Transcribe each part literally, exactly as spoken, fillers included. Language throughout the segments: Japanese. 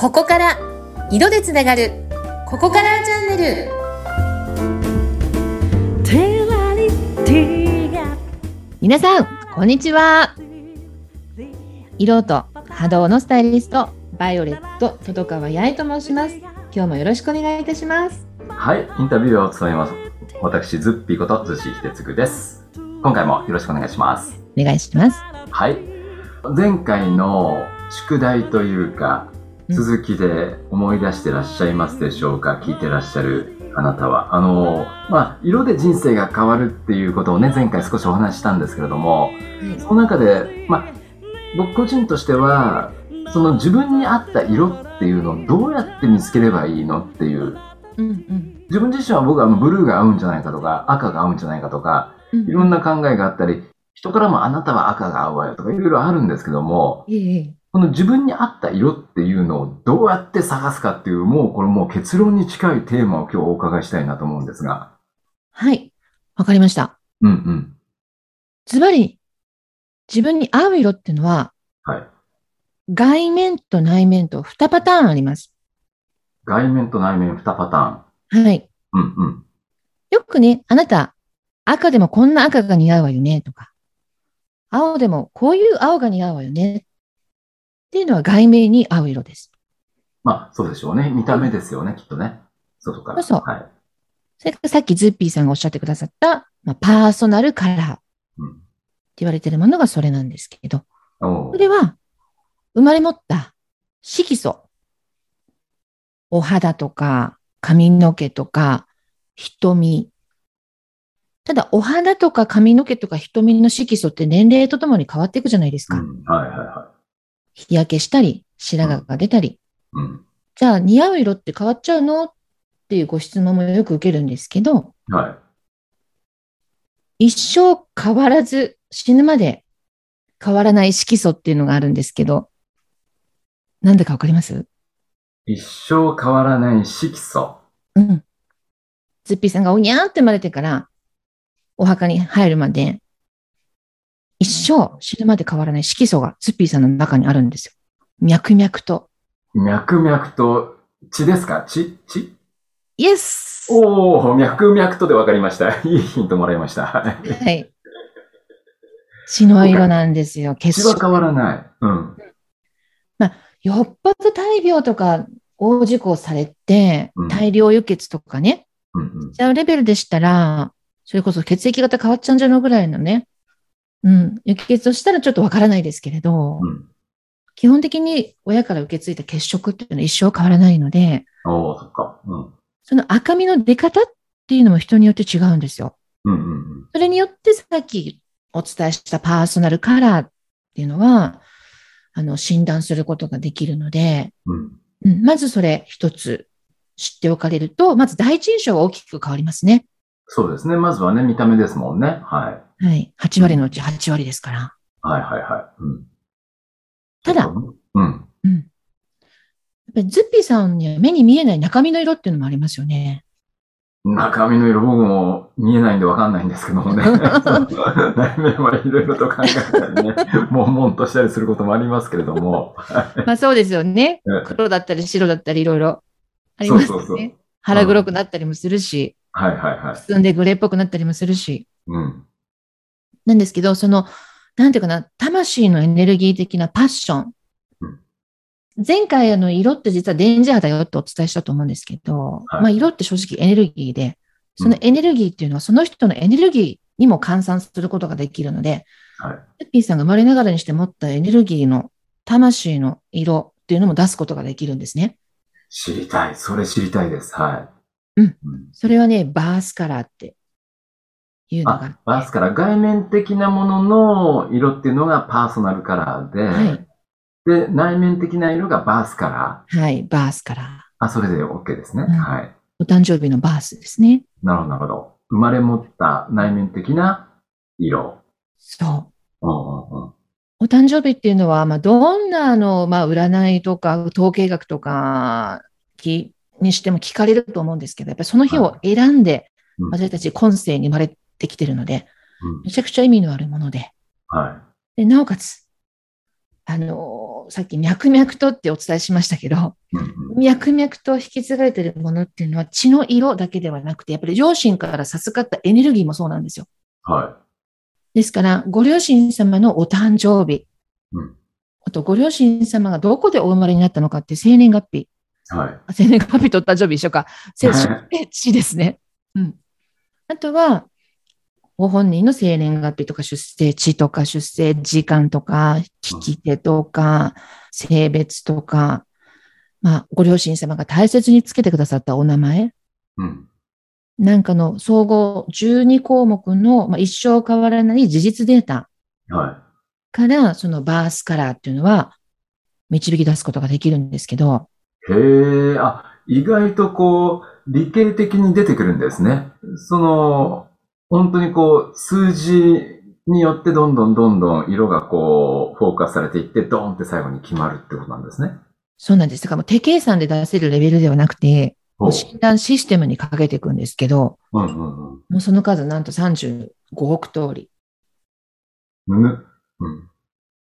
ここから色でつながるここからチャンネル。皆さんこんにちは。色と波動のスタイリストバイオレット外川八重と申します。今日もよろしくお願いいたします。 はい、インタビューを務めます私ズッピーことズシヒデツグです。今回もよろしくお願いします。 お願いします。 はい、前回の宿題というか続きで思い出してらっしゃいますでしょうか。聞いてらっしゃるあなたはあのまあ色で人生が変わるっていうことをね前回少しお話ししたんですけれども、うん、その中でまあ僕個人としてはその自分に合った色っていうのをどうやって見つければいいのっていう、うんうん、自分自身は僕はブルーが合うんじゃないかとか赤が合うんじゃないかとか、うんうん、いろんな考えがあったり人からもあなたは赤が合うわよとかいろいろあるんですけども、いいいこの自分に合った色っていうのをどうやって探すかっていうもうこれもう結論に近いテーマを今日お伺いしたいなと思うんですが。 はい、わかりました。うんうん。ズバリ自分に合う色っていうのは、はい、外面と内面とにパターンあります。 外面と内面にパターン。 はい。うんうん。よくね、あなた、赤でもこんな赤が似合うわよね、とか、青でもこういう青が似合うわよね、っていうのは外面に合う色です。 まあ、そうでしょうね。見た目ですよね、うん、きっとね。外から。 そうそう。はい。それからさっきズッピーさんがおっしゃってくださった、まあ、パーソナルカラー。うんって言われているものがそれなんですけど、それは生まれ持った色素、お肌とか髪の毛とか瞳。ただお肌とか髪の毛とか瞳の色素って年齢とともに変わっていくじゃないですか。うん、はいはいはい。日焼けしたり、白髪が出たり、うんうん、じゃあ似合う色って変わっちゃうのっていうご質問もよく受けるんですけど、はい、一生変わらず死ぬまで変わらない色素っていうのがあるんですけど、なんだかわかります？ 一生変わらない色素。 うん。ズッピーさんがおにゃーって生まれてからお墓に入るまで一生死ぬまで変わらない色素がズッピーさんの中にあるんですよ。脈々と。 脈々と血ですか？血？血？ イエス。 おー、脈々とでわかりました。いいヒントもらいました。はい。 血の色なんですよ。 血は変わらない。うん。 まあ、よっぽど大病とか大事故されて、大量輸血とかね、うんうん、そういうレベルでしたら、それこそ血液型変わっちゃうんじゃないぐらいのね、うん、輸血をしたらちょっとわからないですけれど、うん、基本的に親から受け継いだ血色っていうのは一生変わらないので、 おー、そっか。うん、 その赤みの出方っていうのも人によって違うんですよ。うんうんうん、それによってさっきお伝えしたパーソナルカラーっていうのは、あの診断することができるので、うんうん、まずそれ一つ知っておかれると、まず第一印象が大きく変わりますね。 そうですね。まずはね、見た目ですもんね。はい。 はい。はち割のうちはち割ですから。 はいはいはい。うん、 ただ、うん。うん。やっぱりズッピーさんには目に見えない中身の色っていうのもありますよね。 中身の色、僕も見えないんでわかんないんですけどもね。内面はいろいろと考えたりね、悶々としたりすることもありますけれども。 まあそうですよね。黒だったり白だったりいろいろありますよね。そうそうそう。腹黒くなったりもするし、うん、はいはいはい。くすんでグレーっぽくなったりもするし。うん。なんですけど、その、なんていうかな、魂のエネルギー的なパッション。前回あの色って実は電磁波だよってお伝えしたと思うんですけど、はい、まあ色って正直エネルギーで、そのエネルギーっていうのはその人のエネルギーにも換算することができるので、はい、ピーさんが生まれながらにして持ったエネルギーの魂の色っていうのも出すことができるんですね。 知りたい。それ知りたいです。はい。 うん。それはね、バースカラーっていうのがあって。 バースカラー。外面的なものの色っていうのがパーソナルカラーで、はい。で、内面的な色がバースカラー。はい、バースカラー。 あ、それで OK ですね。うん、はい。 お誕生日のバースですね。 なるほど、なるほど。生まれ持った内面的な色。 そう。うんうんうん、お誕生日っていうのは、まあ、どんなあの、まあ、占いとか統計学とかにしても聞かれると思うんですけど、やっぱりその日を選んで、はい、私たち今世に生まれてきてるので、うん、めちゃくちゃ意味のあるもので、はい、でなおかつ、あの、 さっき脈々とってお伝えしましたけど、 うんうん、 脈々と引き継がれているものっていうのは血の色だけではなくて、やっぱり両親から授かったエネルギーもそうなんですよ。 はい。 ですから、ご両親様のお誕生日、 うん、 あとご両親様がどこでお生まれになったのかって生年月日、 はい。 生年月日と誕生日一緒か、出生地ですね。うん。あとは、ご本人の生年月日とか出生地とか出生時間とか、聞き手とか、性別とか、まあ、ご両親様が大切につけてくださったお名前、 うん、 なんかの総合じゅうに項目の、まあ、一生変わらない事実データはから、そのバースカラーっていうのは導き出すことができるんですけど。 い。へえ、あ、意外とこう、理系的に出てくるんですね。その、本当にこう、数字によってどんどんどんどん色がこう、フォーカスされていって、ドーンって最後に決まるってことなんですね。 そうなんです。だからもう手計算で出せるレベルではなくて、もう診断システムにかけていくんですけど、 うんうんうん、 もうその数なんとさんじゅうごおく通り。 むぬ、うん。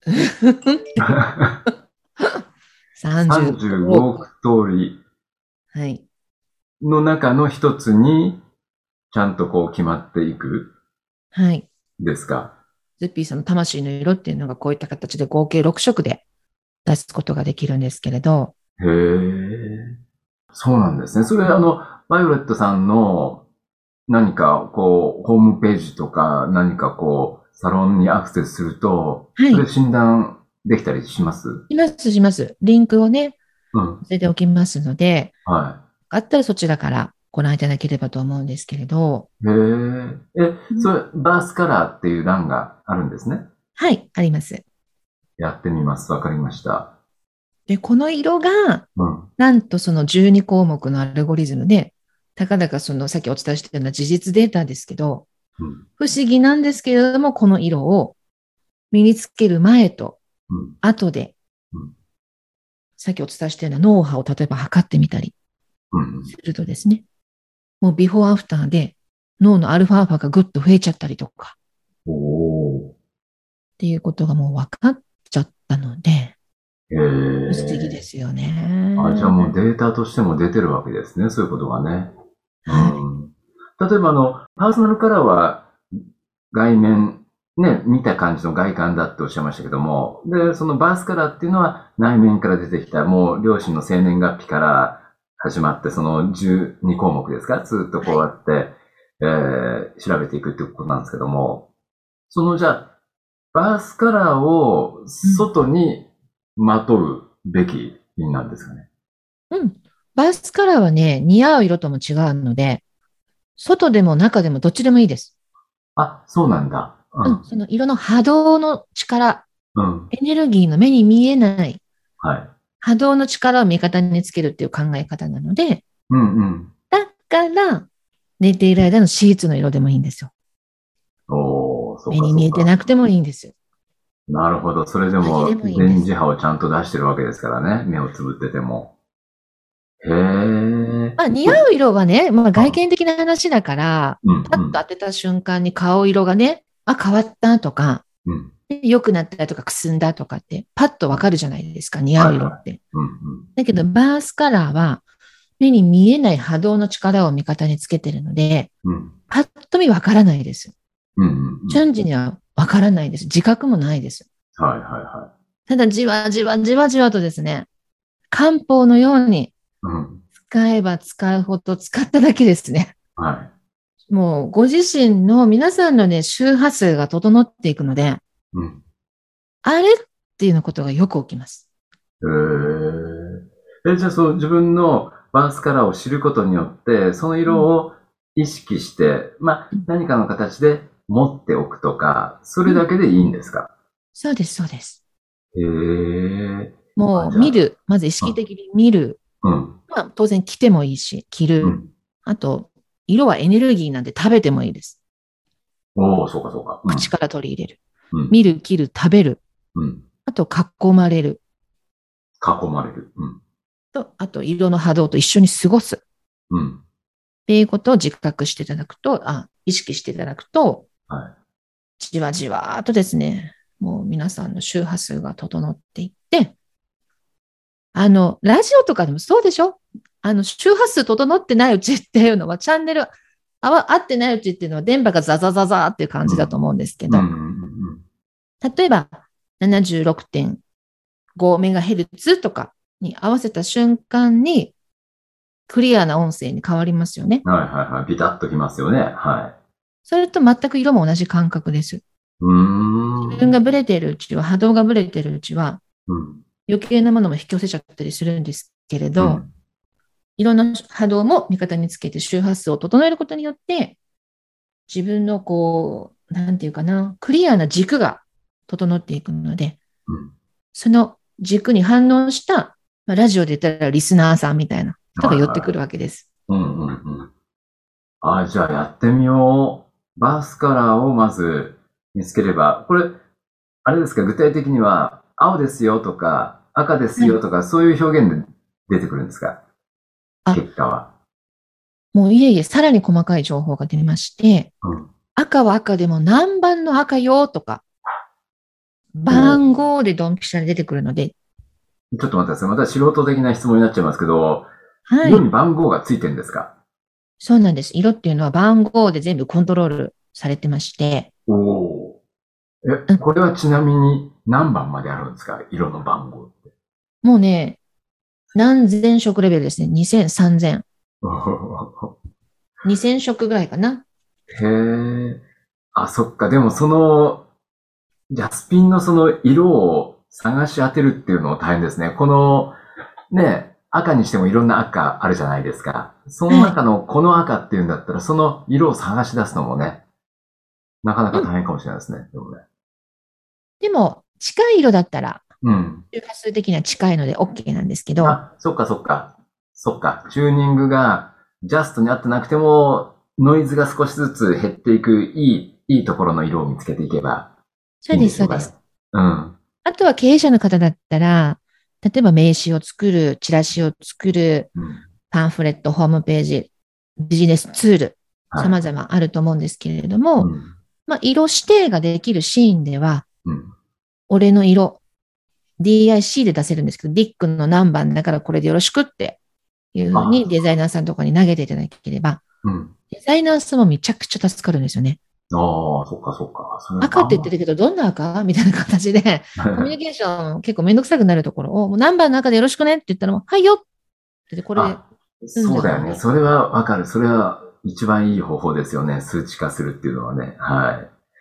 35 35 億。 億通りはい。 の中の一つに、ちゃんとこう決まっていくはい。 ですか。 ズッピーさんの魂の色っていうのがこういった形で合計ろく色で出すことができるんですけれど。 へえ。そうなんですね。それ、あの、バイオレットさんの何かこう、ホームページとか何かこう、サロンにアクセスすると、 はい。 それ診断できたりします？ します、します。リンクをね、 うん。 載せておきますので、 はあったらそちらからご覧いただければと思うんですけれど。 い。へえ。え、それ、バースカラーっていう欄があるんですね。 はい、あります。 やってみます。わかりました。 で、この色が、 うん。 なんとそのじゅうに項目のアルゴリズムで、たかだかそのさっきお伝えしたような事実データですけど、 うん。 不思議なんですけれども、この色を身につける前とうん。 後で、 うん。 さっきお伝えしたような脳波を例えば測ってみたりうん。 するとですね、もうビフォーアフターで脳のアルファーファがぐっと増えちゃったりとか、 おー。 っていうことがもう分かっちゃったので、 へ不思議でえ。 すよあ、じゃあね。 もうデータとしても出てるわけですね。そういうことがね。うはい。 ん。例えばあの、パーソナルカラーは外面、ね、見た感じの外観だっておっしゃいましたけども、で、そのバースカラーっていうのは内面から出てきた、もう両親の生年月日から始まって、そのじゅうに項目ですか、ずっとこうやって、えー、調べていくっていうことなんですけども、そのじゃあ、バースカラーを外にまとうべきなんですかね。 うん。バースカラーはね、似合う色とも違うので、外でも中でもどっちでもいいです。 あ、そうなんだ。ううん。 ん。 その色の波動の力、 うん。 エネルギーの目に見えないはい。 波動の力を味方につけるっていう考え方なので、 うんうん。 だから寝ている間のシーツの色でもいいんですよ。 おー、そう目にかそうか。 見えてなくてもいいんですよ。 なるほど。それで上着でももいいんです。 電磁波をちゃんと出してるわけですからね。目をつぶってても。へえ。 まあ、似合そう色はね、まあ、外あ、 見的な話だから、 うんパッと当てた瞬間に顔色がね、あ、変わったとか、 うん。うん。 良くなったとか、くすんだとかって、パッとわかるじゃないですか、似合う色はいはい。 って。 うんうん。 だけど、バースカラーは、目に見えない波動の力を味方につけてるので、 うん。 パッと見わからないです。 うんうんうん。 瞬時にはわからないです。自覚もないです。 はいはいはただ、じわじわじわじわとですね、漢方のようにい。うん。 使えば使うほど使っただけですね。 はもうご自身の皆さんのね、周波数が整っていくので、 い。うん。 あれっていうようなことがよく起きます。 へえ。え、じゃあそう、自分のバースカラーを知ることによって、そのうん、 色を意識して、まあ、何かの形で持っておくとか、それうん、 だけでいいんですか？ そうです、そうです。 へえ。あ、 もうじゃあ、 見る、まず意識的に見る。 うん、 まあ当然着てもいいし、着る。 うん。 あと、色はエネルギーなんで食べてもいいです。 おお、そうかそうか。うん、 口から取り入れる。 うん、 見る、着る、食べる。 うん。 あと、囲まれる。 囲まれる。うん、 と、あと、色の波動と一緒に過ごす。っうん。 ていうことを自覚していただくと、あ、意識していただくと、 はい。 じわじわーとですね、もう皆さんの周波数が整っていって、 あの、ラジオとかでもそうでしょ？あの、周波数整ってないうちっていうのは、チャンネル合わ合ってないうちっていうのは、電波がザザザザっていう感じだと思うんですけど、 うんうんうんうん例えば、ななじゅうろくてんごメガヘルツ とかに合わせた瞬間に、クリアな音声に変わりますよね。 はいはいはい。ビタッときますよね。はそれと全く色も同じ感覚です。 い。うーん。 自分がブレてるうちは、波動がブレてるうちは、 うん余計なものも引き寄せちゃったりするんですけれど、 うん。 いろんな波動も味方につけて周波数を整えることによって、自分のこう、なんていうかな、クリアな軸が整っていくので、 うんその軸に反応した、まあ、ラジオで言ったらリスナーさんみたいな人がはいはい。 寄ってくるわけです。 うんうんうん。あ、じゃあやってみよう。バースカラーをまず見つければ、これ、あれですか、具体的には、青ですよとか、赤ですはい。 よとか、そういう表現で出てくるんですか、 あ、 結果は。 もういえいえ、さらに細かい情報が出まして、 うん。 赤は赤でも何番の赤よとか、 お番号でドンピシャで出てくるので、 ちょっと待ってください。また素人的な質問になっちゃいますけど、 はい。 色に番号がついてるんですか？ そうなんです。色っていうのは番号で全部コントロールされてまして、 おおー。え、 うん、 これはちなみに何番まであるんですか、色の番号って。 もうね、何千色レベルですね。にせん、さんぜん。にせん色ぐらいかな。 へえ。あ、そっか。でもその、ジャスピンのその色を探し当てるっていうのも大変ですね。この、ね、赤にしてもいろんな赤あるじゃないですか。そのはい。 中のこの赤っていうんだったら、その色を探し出すのもね、なかなかうん。 大変かもしれないですね。でもね。 でも、近い色だったら、 うん。 周波数的には近いので OK なんですけど、 あ、そっかそっか。そっか。チューニングがジャストに合ってなくても、ノイズが少しずつ減っていくいい、いいところの色を見つけていけばいいんそうです、 でしょうかね。 そうです。 うん。 あとは経営者の方だったら、例えば名刺を作る、チラシを作る、 うん。 パンフレット、ホームページ、ビジネスツール、 はい。 様々あると思うんですけれども、 うん。 まあ、色指定ができるシーンでは、 うん。 俺の色、ディーアイシー で出せるんですけど、ディックの何番だからこれでよろしくっていうふうにあ、 デザイナーさんとかに投げていただければ、 うん。 デザイナーさんもめちゃくちゃ助かるんですよね。 ああ、そっかそっか。それは赤って言番号。 ってるけど、どんな赤みたいな形で、コミュニケーション結構めんどくさくなるところを、もう何番の赤でよろしくねって言ったらもう、はいよって言って、これであ、 済んじそうだよね。 ゃうので。 それはわかる。それは一番いい方法ですよね。数値化するっていうのはね。はい。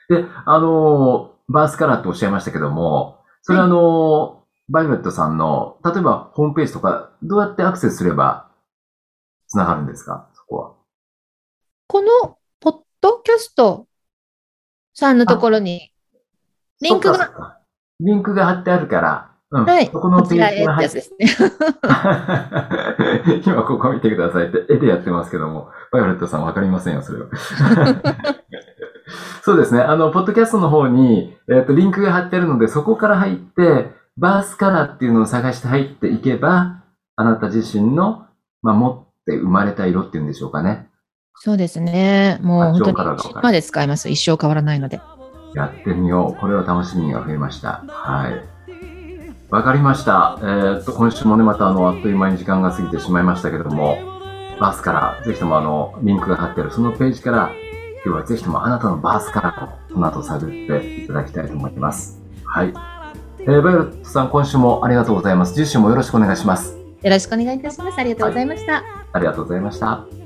で、あの、バースカラーっておっしゃいましたけども、それはあはい。 の、バイオレットさんの、例えばホームページとか、どうやってアクセスすればつながるんですか、そここの、ポッドキャストさんのは。 ところあ、 に、リそっかそっンクが、 か。リンクが貼ってあるから、うん。 はい、 そこのペーこちらジが入っへってやつですね。 今ここ見てくださいって絵でやってますけども、バイオレットさんわかりませんよ、それは。そうですね。あの、ポッドキャストの方に、えっと、リンクが貼ってあるので、そこから入って、バースカラーっていうのを探して入っていけば、あなた自身の、まあ、持って生まれた色っていうんでしょうかね。 そうですね。もう本当波長カに死ぬまラーがわかる。 で使えます。一生変わらないので。 やってみよう。これは楽しみが増えました。はい。わかりました。えーっと、今週もね、またあの、あっという間に時間が過ぎてしまいましたけども、バースカラー、ぜひともあの、リンクが貼ってあるそのページから、今日はぜひともあなたのバースカラーをこの後探っていただきたいと思います。はい。えー、バイオレットさん、今週もありがとうございます。次週もよろしくお願いします。 よろしくお願いいたします。ありがとうはい。 ございました。 ありがとうございました。